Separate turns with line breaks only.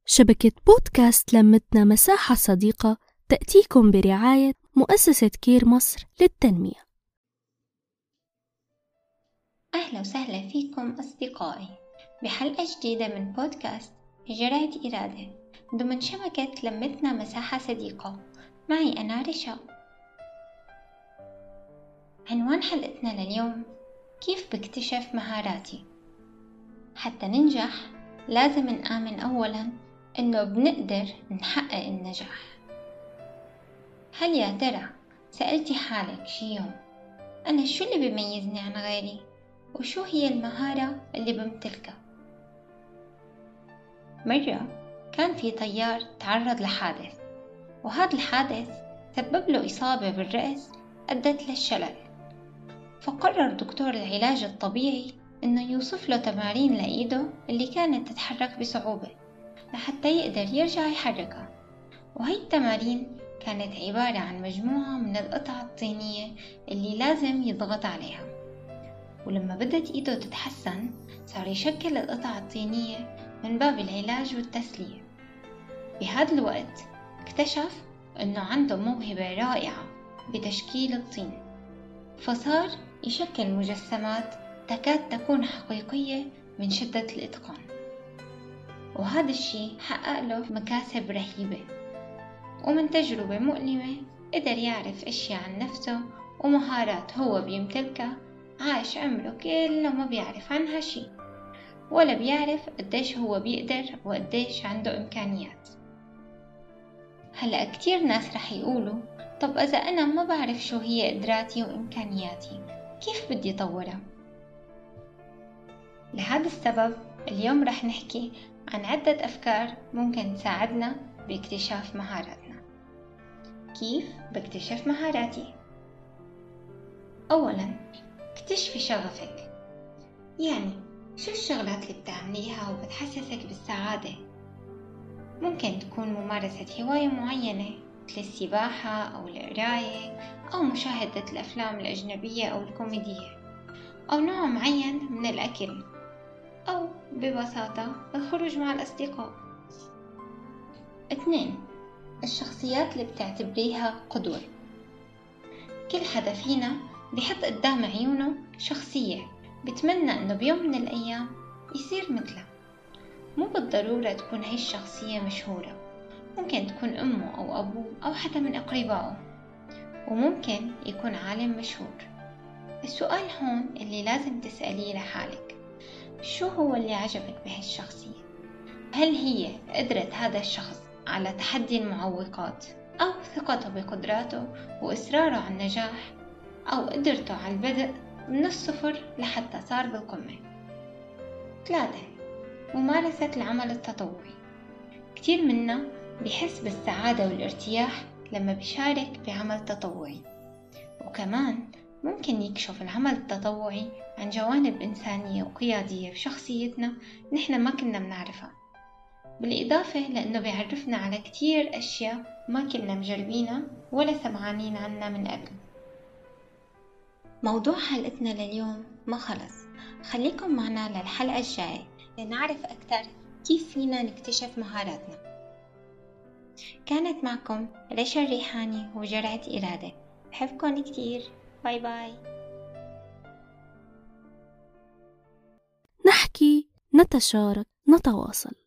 شبكة بودكاست لمتنا مساحة صديقة تأتيكم برعاية مؤسسة كير مصر للتنمية.
أهلا وسهلا فيكم أصدقائي بحلقة جديدة من بودكاست جرعة إرادة ضمن شبكة لمتنا مساحة صديقة. معي أنا رشا. عنوان حلقتنا لليوم: كيف بكتشف مهاراتي؟ حتى ننجح لازم نآمن أولا إنه بنقدر نحقق النجاح. هل يا ترى سألتي حالك شي يوم أنا شو اللي بيميزني عن غيري؟ وشو هي المهارة اللي بمتلكها؟ مرة كان في طيار تعرض لحادث، وهذا الحادث سبب له إصابة بالرأس أدت للشلل. فقرر دكتور العلاج الطبيعي إنه يوصف له تمارين لإيده اللي كانت تتحرك بصعوبة لحتى يقدر يرجع يحركها. وهي التمارين كانت عبارة عن مجموعة من القطع الطينية اللي لازم يضغط عليها. ولما بدت إيده تتحسن صار يشكل القطع الطينية من باب العلاج والتسلية. بهذا الوقت اكتشف أنه عنده موهبة رائعة بتشكيل الطين، فصار يشكل مجسمات تكاد تكون حقيقية من شدة الإتقان. وهذا الشيء حقق له مكاسب رهيبة، ومن تجربة مؤلمة قدر يعرف أشياء عن نفسه ومهارات هو بيمتلكها عاش عمره كله ما بيعرف عنها شيء، ولا بيعرف قديش هو بيقدر وقديش عنده إمكانيات. هلأ كتير ناس رح يقولوا طب إذا أنا ما بعرف شو هي قدراتي وإمكانياتي كيف بدي طورها؟ لهذا السبب اليوم رح نحكي عن عدة أفكار ممكن تساعدنا باكتشاف مهاراتنا. كيف بكتشف مهاراتي؟ أولاً اكتشفي شغفك، يعني شو الشغلات اللي بتعمليها وبتحسسك بالسعادة؟ ممكن تكون ممارسة هواية معينة مثل السباحة أو القراية أو مشاهدة الأفلام الأجنبية أو الكوميدية، أو نوع معين من الأكل، أو ببساطة الخروج مع الأصدقاء. 2. الشخصيات اللي بتعتبريها قدوة. كل حدا فينا بيحط قدام عيونه شخصية بتمنى إنه بيوم من الأيام يصير مثلها. مو بالضرورة تكون هاي الشخصية مشهورة، ممكن تكون أمه أو أبوه أو حتى من أقربائه، وممكن يكون عالم مشهور. السؤال هون اللي لازم تسأليه لحالك: شو هو اللي عجبك بهالشخصية؟ هل هي قدرة هذا الشخص على تحدي المعوقات، أو ثقته بقدراته وإصراره على النجاح، أو قدرته على البدء من الصفر لحتى صار بالقمة؟ 3. ممارسة العمل التطوعي. كتير منا بيحس بالسعادة والارتياح لما بيشارك بعمل تطوعي، وكمان ممكن يكشف العمل التطوعي عن جوانب إنسانية وقيادية بشخصيتنا نحن ما كنا بنعرفها، بالإضافة لأنه بيعرفنا على كتير أشياء ما كنا مجربينها ولا سمعانين عنها من قبل. موضوع حلقتنا لليوم ما خلص، خليكم معنا للحلقة الجاية لنعرف أكثر كيف فينا نكتشف مهاراتنا. كانت معكم رشا الريحاني وجرعة إرادة. بحبكم كتير. باي باي.
نحكي، نتشارك، نتواصل.